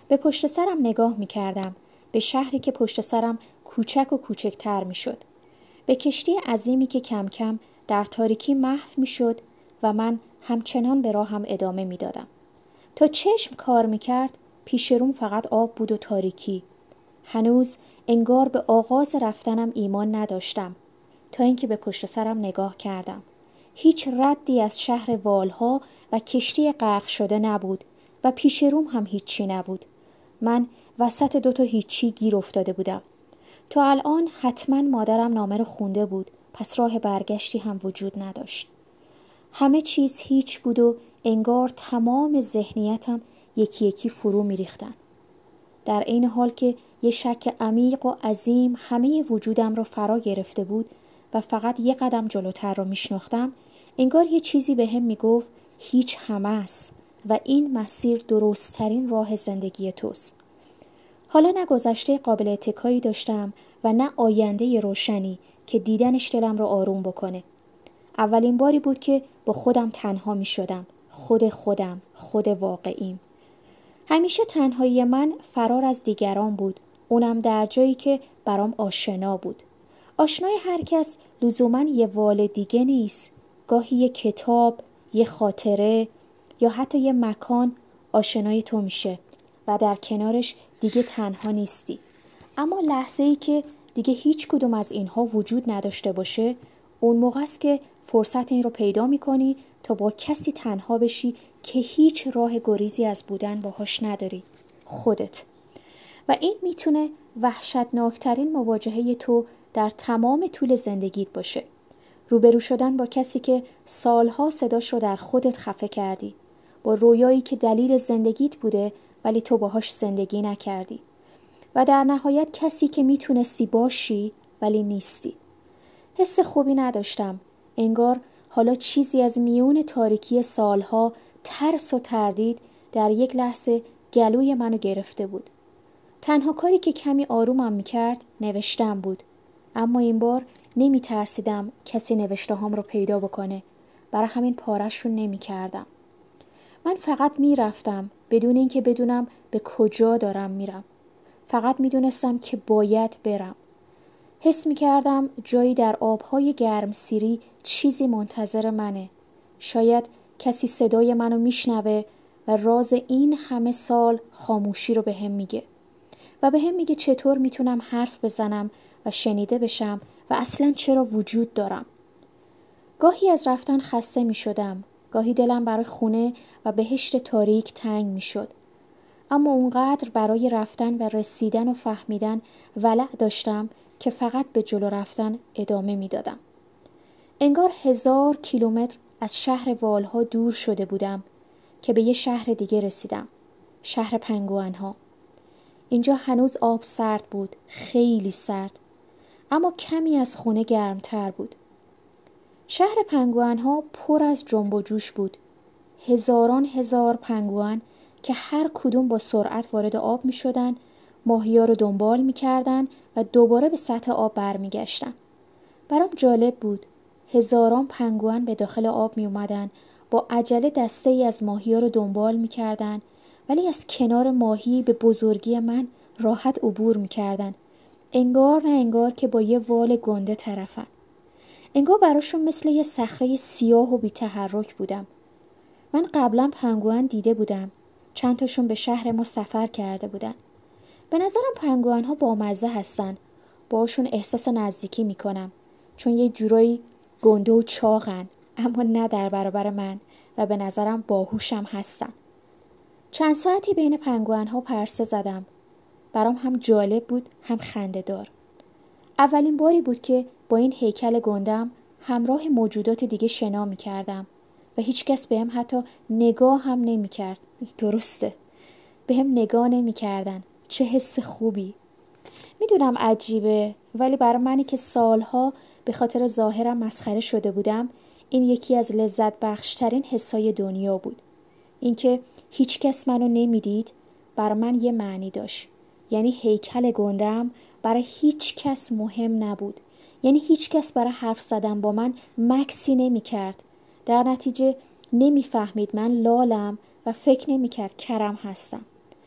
به پشت سرم نگاه می کردم، به شهری که پشت سرم کوچک و کوچکتر می شد، به کشتی عظیمی که کم کم در تاریکی محو می شد و من همچنان به راهم ادامه می دادم. تا چشم کار می کرد پیش روم فقط آب بود و تاریکی. هنوز انگار به آغاز رفتنم ایمان نداشتم تا اینکه به پشت سرم نگاه کردم. هیچ ردی از شهر والها و کشتی غرق شده نبود و پیش روم هم هیچی نبود. من وسط دوتا هیچی گیر افتاده بودم. تا الان حتما مادرم نامه رو خونده بود، پس راه برگشتی هم وجود نداشت. همه چیز هیچ بود و انگار تمام ذهنیتم یکی یکی فرو می ریختن. در این حال که یه شک عمیق و عظیم همه وجودم رو فرا گرفته بود و فقط یه قدم جلوتر رو می شناختم، انگار یه چیزی به هم می گفت هیچ همه است و این مسیر درست‌ترین راه زندگی توست. حالا نه گذشته قابل اتکایی داشتم و نه آینده روشنی که دیدنش دلم رو آروم بکنه. اولین باری بود که با خودم تنها می شدم. خودم، خود واقعیم. همیشه تنهایی من فرار از دیگران بود، اونم در جایی که برام آشنا بود. آشنای هر کس لزوماً یه وال دیگه نیست. گاهی یه کتاب، یه خاطره یا حتی یه مکان آشنای تو میشه و در کنارش دیگه تنها نیستی. اما لحظه‌ای که دیگه هیچ کدوم از اینها وجود نداشته باشه، اون موقع است که فرصت این رو پیدا می‌کنی تا با کسی تنها بشی که هیچ راه گریزی از بودن باهاش نداری، خودت. و این میتونه وحشتناکترین مواجهه تو در تمام طول زندگیت باشه. روبرو شدن با کسی که سالها صداش رو در خودت خفه کردی، با رویایی که دلیل زندگیت بوده ولی تو باهاش زندگی نکردی، و در نهایت کسی که میتونستی باشی ولی نیستی. حس خوبی نداشتم. انگار حالا چیزی از میون تاریکی سالها، ترس و تردید در یک لحظه گلوی منو گرفته بود. تنها کاری که کمی آرومم میکرد نوشتن بود. اما این بار نمیترسیدم کسی نوشته هام رو پیدا بکنه. برای همین پارش رو نمیکردم. من فقط میرفتم بدون اینکه بدونم به کجا دارم میرم. فقط میدونستم که باید برم. حس میکردم جایی در آبهای گرمسیری چیزی منتظر منه. شاید کسی صدای منو میشنوه و راز این همه سال خاموشی رو به هم میگه و به هم میگه چطور میتونم حرف بزنم و شنیده بشم و اصلاً چرا وجود دارم. گاهی از رفتن خسته میشدم، گاهی دلم برای خونه و بهشت تاریک تنگ میشد. اما اونقدر برای رفتن و رسیدن و فهمیدن ولع داشتم که فقط به جلو رفتن ادامه میدادم. انگار 1000 کیلومتر از شهر والها دور شده بودم که به یه شهر دیگه رسیدم. شهر پنگوئن‌ها. اینجا هنوز آب سرد بود، خیلی سرد، اما کمی از خونه گرمتر بود. شهر پنگوئن‌ها پر از جنب و جوش بود. هزاران هزار پنگوئن که هر کدوم با سرعت وارد آب می شدن، ماهی‌ها رو دنبال می کردن و دوباره به سطح آب برمی گشتن. برام جالب بود. هزاران پنگوئن به داخل آب می اومدن، با عجله دسته ای از ماهی‌ها رو دنبال می کردن، ولی از کنار ماهی به بزرگی من راحت عبور می کردن. انگار نه انگار که با یه وال گنده طرفن. انگار براشون مثل یه صخره سیاه و بی تحرک بودم. من قبلا پنگوئن دیده بودم. چند تاشون به شهر ما سفر کرده بودن. به نظرم پنگوئن‌ها بامزه هستن. باشون احساس نزدیکی میکنم. چون یه جورایی گنده و چاقن، اما نه در برابر من، و به نظرم باهوشم هستن. چند ساعتی بین پنگوئن‌ها پرسه زدم. برام هم جالب بود هم خنده‌دار. اولین باری بود که با این هیکل گندم همراه موجودات دیگه شنا می‌کردم و هیچ کس بهم حتی نگاه هم نمی‌کرد. درسته، بهم نگاه نمی‌کردن. چه حس خوبی. میدونم عجیبه، ولی برای منی که سالها به خاطر ظاهرم مسخره شده بودم، این یکی از لذت بخشترین حسای دنیا بود. اینکه هیچ کس منو نمیدید برای من یه معنی داشت. یعنی هیکل گندم برای هیچ کس مهم نبود. یعنی هیچ کس برای حرف زدن با من مکسی نمی کرد. در نتیجه نمیفهمید من لالم و فکر نمی کرد کرم هستم.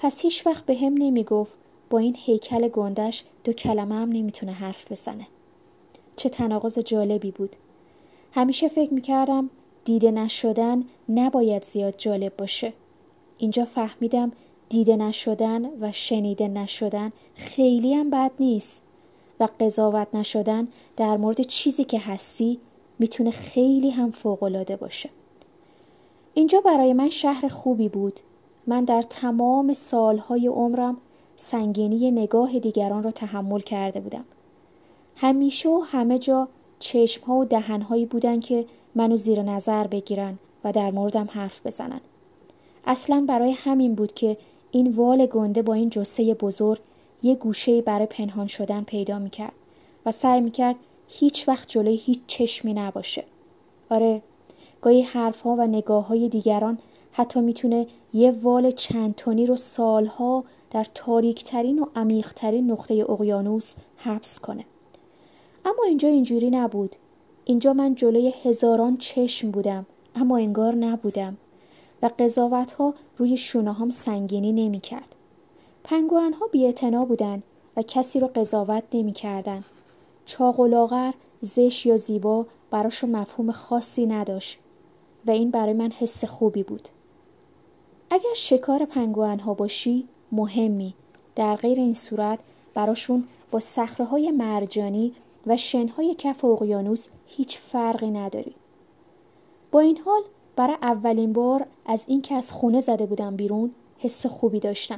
پس هیچ وقت به هم نمی گفت با این هیکل گندش 2 کلمه هم نمیتونه حرف بزنه. چه تناقض جالبی بود. همیشه فکر میکردم دیده نشدن نباید زیاد جالب باشه. اینجا فهمیدم دیده نشدن و شنیده نشدن خیلی هم بد نیست و قضاوت نشدن در مورد چیزی که هستی میتونه خیلی هم فوق‌العاده باشه. اینجا برای من شهر خوبی بود. من در تمام سالهای عمرم سنگینی نگاه دیگران را تحمل کرده بودم. همیشه و همه جا چشم‌ها و دهن‌هایی بودن که منو زیر نظر بگیرن و در موردم حرف بزنن. اصلاً برای همین بود که این وال گنده با این جثه بزرگ یه گوشه‌ای برای پنهان شدن پیدا می‌کرد و سعی می‌کرد هیچ وقت جلوی هیچ چشمی نباشه. آره، گاهی حرف‌ها و نگاه‌های دیگران حتی میتونه یه وال چند تنی رو سالها در تاریک‌ترین و عمیق‌ترین نقطه اقیانوس حبس کنه. اما اینجا اینجوری نبود. اینجا من جلوی هزاران چشم بودم، اما انگار نبودم و قضاوت‌ها روی شونه‌هام سنگینی نمی‌کرد. پنگوئن‌ها بی‌اعتنا بودن و کسی رو قضاوت نمی‌کردن. چاق و لاغر، زشت یا زیبا براشون مفهوم خاصی نداشت و این برای من حس خوبی بود. اگر شکار پنگوئن‌ها باشی مهمی، در غیر این صورت براشون با صخره‌های مرجانی و شن‌های کف اقیانوس هیچ فرقی نداری. با این حال برای اولین بار از این که از خونه زده بودم بیرون حس خوبی داشتم.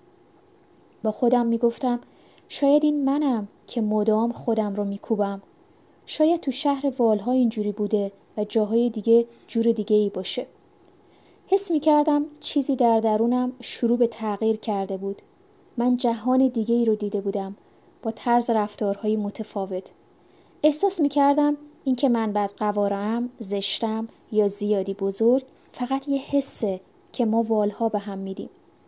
با خودم میگفتم شاید این منم که مدام خودم رو میکوبم. شاید تو شهر والها اینجوری بوده و جاهای دیگه جور دیگه ای باشه. حس میکردم چیزی در درونم شروع به تغییر کرده بود. من جهان دیگه ای رو دیده بودم با طرز رفتارهای متفاوت. احساس میکردم این که من بدقوارم، زشتم یا زیادی بزرگ فقط یه حسه که ما والها به هم میدیم.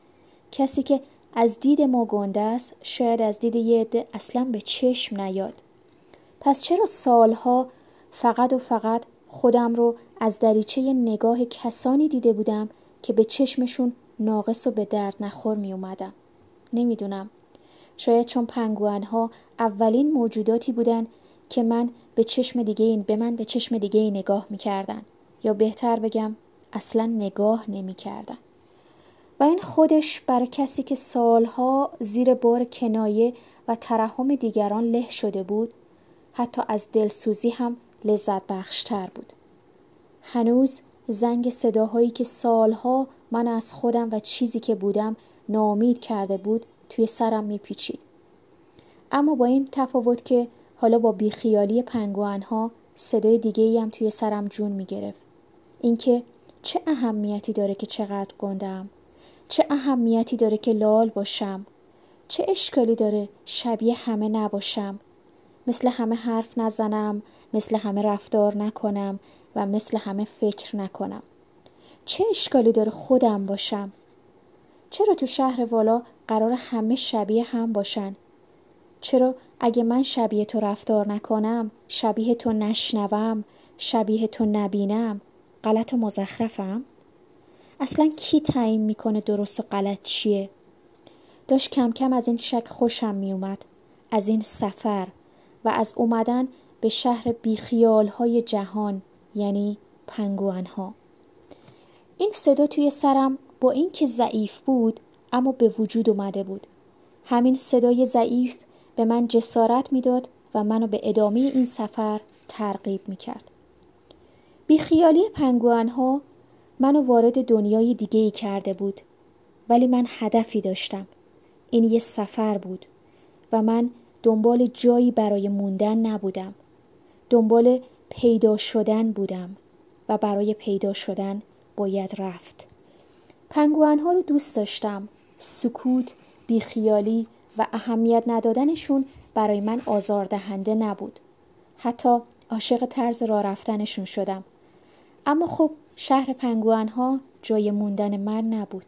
کسی که از دید ما گنده است شاید از دید یه عده اصلا به چشم نیاد. پس چرا سالها فقط و فقط خودم رو از دریچه نگاه کسانی دیده بودم که به چشمشون ناقص و به درد نخور می اومدم؟ نمیدونم. شاید چون پنگوئن‌ها اولین موجوداتی بودن که به من به چشم دیگه ای نگاه می‌کردن، یا بهتر بگم اصلا نگاه نمی‌کردن. و این خودش برای کسی که سالها زیر بار کنایه و ترحم دیگران له شده بود حتی از دلسوزی هم لذت بخشتر بود. هنوز زنگ صداهایی که سالها من از خودم و چیزی که بودم ناامید کرده بود توی سرم میپیچید. اما با این تفاوت که حالا با بیخیالی پنگوئن‌ها صدای دیگه‌ای هم توی سرم جون میگرفت. اینکه چه اهمیتی داره که چقدر گندم؟ چه اهمیتی داره که لال باشم؟ چه اشکالی داره شبیه همه نباشم؟ مثل همه حرف نزنم، مثل همه رفتار نکنم و مثل همه فکر نکنم. چه اشکالی داره خودم باشم؟ چرا تو شهر والا قرار همه شبیه هم باشن؟ چرا اگه من شبیه تو رفتار نکنم، شبیه تو نشنوم، شبیه تو نبینم، غلط و مزخرفم؟ اصلا کی تعیین میکنه درست و غلط چیه؟ داشت کم کم از این شک خوشم میومد، از این سفر و از اومدن به شهر بیخیالهای جهان، یعنی پنگوئن‌ها. این صدا توی سرم با اینکه ضعیف بود اما به وجود اومده بود. همین صدای ضعیف به من جسارت میداد و منو به ادامه این سفر ترغیب میکرد. بیخیالی پنگوئن‌ها منو وارد دنیای دیگه‌ای کرده بود، ولی من هدفی داشتم. این یه سفر بود و من دنبال جایی برای موندن نبودم. دنبال پیدا شدن بودم و برای پیدا شدن باید رفت. پنگوئن‌ها رو دوست داشتم. سکوت، بیخیالی و اهمیت ندادنشون برای من آزاردهنده نبود. حتی عاشق طرز راه رفتنشون شدم. اما خب شهر پنگوئن‌ها جای موندن من نبود.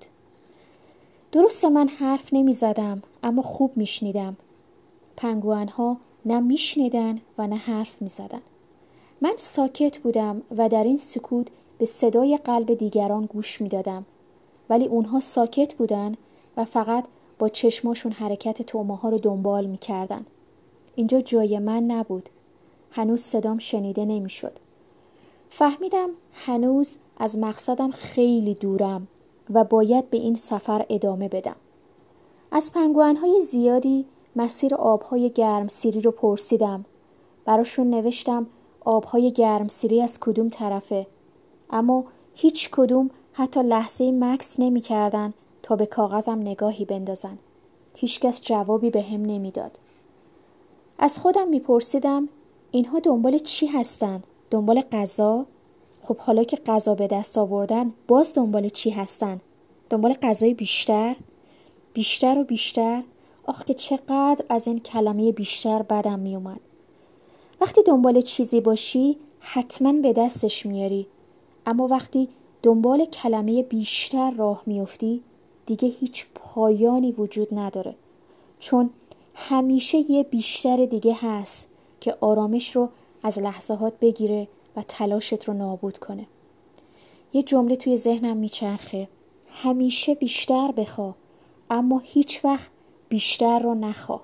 درسته من حرف نمی زدم اما خوب می شنیدم. پنگوئن‌ها نه می شنیدن و نه حرف می زدن. من ساکت بودم و در این سکوت به صدای قلب دیگران گوش می دادم. ولی اونها ساکت بودن و فقط با چشماشون حرکت طعمه‌ها رو دنبال می‌کردن. اینجا جای من نبود. هنوز صدام شنیده نمی‌شد. فهمیدم هنوز از مقصدم خیلی دورم و باید به این سفر ادامه بدم. از پنگوئن‌های زیادی مسیر آب‌های گرمسیری رو پرسیدم. براشون نوشتم آب‌های گرمسیری از کدوم طرفه، اما هیچ کدوم حتی لحظه‌ای مکث نمی‌کردن تا به کاغذم نگاهی بندازن. هیچکس جوابی به هم نمیداد. از خودم میپرسیدم اینها دنبال چی هستن؟ دنبال غذا؟ خب حالا که غذا به دست آوردن باز دنبال چی هستن؟ دنبال غذای بیشتر؟ بیشتر و بیشتر؟ آخ که چقدر از این کلمه بیشتر بدم میومد. وقتی دنبال چیزی باشی حتما به دستش میاری، اما وقتی دنبال کلمه بیشتر راه میفتی دیگه هیچ پایانی وجود نداره، چون همیشه یه بیشتر دیگه هست که آرامش رو از لحظات بگیره و تلاشت رو نابود کنه. یه جمله توی ذهنم میچرخه: همیشه بیشتر بخوا اما هیچ وقت بیشتر رو نخوا.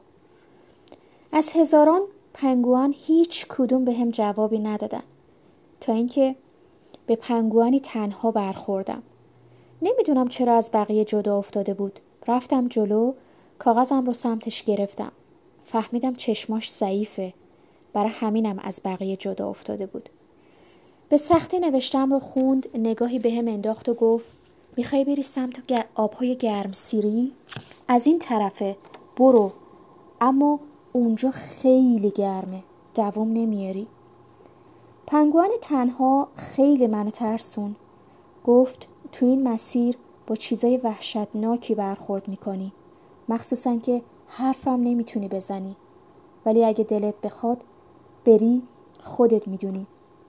از هزاران پنگوئن هیچ کدوم به هم جوابی ندادن تا اینکه به پنگوئنی تنها برخوردم. نمیدونم چرا از بقیه جدا افتاده بود. رفتم جلو، کاغذم رو سمتش گرفتم. فهمیدم چشماش ضعیفه، برای همینم از بقیه جدا افتاده بود. به سختی نوشتم رو خوند، نگاهی به هم انداخت و گفت میخوای بری سمت آبهای گرمسیری؟ از این طرفه، برو، اما اونجا خیلی گرمه، دوام نمیاری. پنگوئن تنها خیلی منو ترسون. گفت تو این مسیر با چیزای وحشتناکی برخورد میکنی، مخصوصا که حرفم نمیتونی بزنی، ولی اگه دلت بخواد بری خودت میدونی.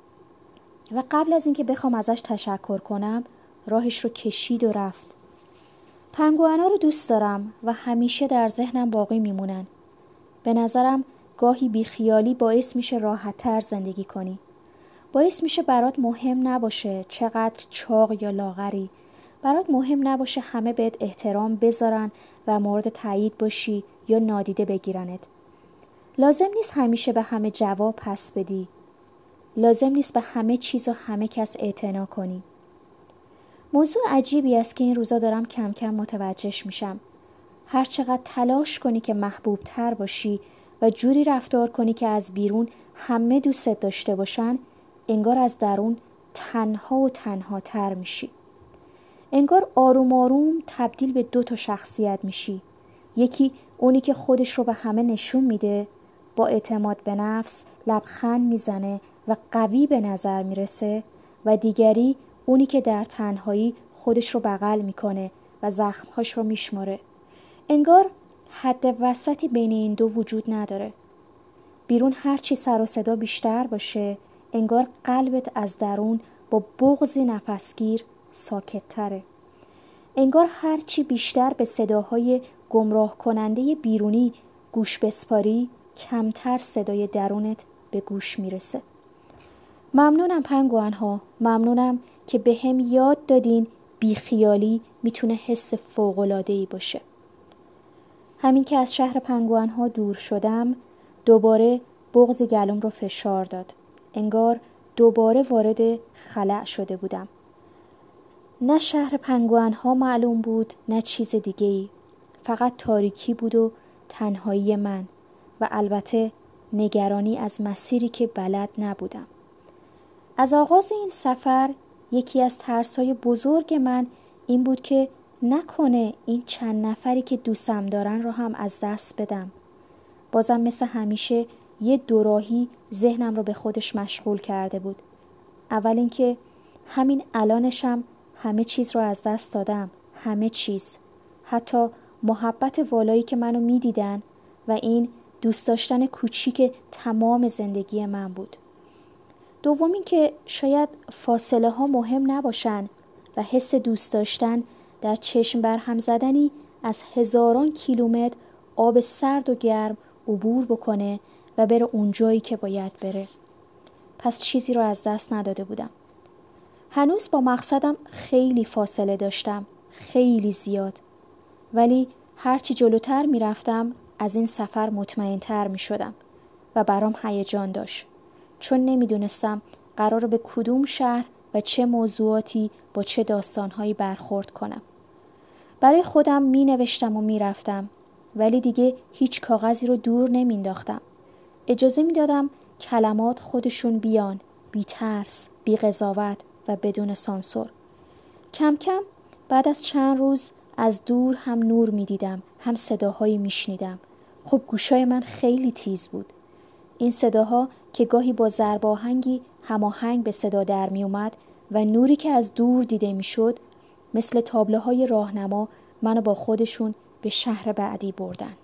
و قبل از اینکه بخوام ازش تشکر کنم راهش رو کشید و رفت. پنگوئنا رو دوست دارم و همیشه در ذهنم باقی میمونن. به نظرم گاهی بیخیالی باعث میشه راحت‌تر زندگی کنی. باعث میشه برات مهم نباشه چقدر چاق یا لاغری. برات مهم نباشه همه بهت احترام بذارن و مورد تایید باشی یا نادیده بگیرنت. لازم نیست همیشه به همه جواب پس بدی. لازم نیست به همه چیز و همه کس اعتنا کنی. موضوع عجیبی است که این روزا دارم کم کم متوجهش میشم. هر چقدر تلاش کنی که محبوب تر باشی و جوری رفتار کنی که از بیرون همه دوستت داشته باشن، انگار از درون تنها و تنها تر میشی. انگار آروم آروم تبدیل به 2 شخصیت میشی. یکی اونی که خودش رو به همه نشون میده، با اعتماد به نفس لبخند میزنه و قوی به نظر میرسه، و دیگری اونی که در تنهایی خودش رو بغل میکنه و زخمهاش رو میشماره. انگار حد وسطی بین این 2 وجود نداره. بیرون هرچی سر و صدا بیشتر باشه، انگار قلبت از درون با بغضی نفسگیر ساکت تره. انگار هرچی بیشتر به صداهای گمراه کننده بیرونی گوش بسپاری، کمتر صدای درونت به گوش میرسه. ممنونم پنگوئن‌ها، ممنونم که به هم یاد دادین بیخیالی میتونه حس فوق‌العاده‌ای باشه. همین که از شهر پنگوئن‌ها دور شدم، دوباره بغض گلوم رو فشار داد. انگار دوباره وارد خلأ شده بودم. نه شهر پنگوئن‌ها معلوم بود، نه چیز دیگه‌ای. فقط تاریکی بود و تنهایی من، و البته نگرانی از مسیری که بلد نبودم. از آغاز این سفر یکی از ترس‌های بزرگ من این بود که نکنه این چند نفری که دوستم دارن رو هم از دست بدم. بازم مثل همیشه یه دوراهی ذهنم رو به خودش مشغول کرده بود. اول اینکه همین الانشم همه چیز رو از دست دادم، همه چیز، حتی محبت والایی که منو میدیدن و این دوست داشتن کوچیک تمام زندگی من بود. دوم اینکه شاید فاصله ها مهم نباشن و حس دوست داشتن در چشم برهم زدنی از هزاران کیلومتر آب سرد و گرم عبور بکنه و بره اونجایی که باید بره. پس چیزی رو از دست نداده بودم. هنوز با مقصدم خیلی فاصله داشتم، خیلی زیاد. ولی هرچی جلوتر می رفتم از این سفر مطمئن‌تر می شدم و برام هیجان داشت، چون نمی دونستم قرار به کدوم شهر و چه موضوعاتی با چه داستانهایی برخورد کنم. برای خودم می نوشتم و می رفتم، ولی دیگه هیچ کاغذی رو دور نمی انداختم. اجازه می دادم کلمات خودشون بیان، بی ترس، بی قضاوت و بدون سانسور. کم کم بعد از چند روز از دور هم نور می دیدم، هم صداهایی می شنیدم. خب گوشای من خیلی تیز بود. این صداها که گاهی با ضرب آهنگی هماهنگ به صدا در می اومد و نوری که از دور دیده می شد مثل تابلوهای راهنما منو با خودشون به شهر بعدی بردن.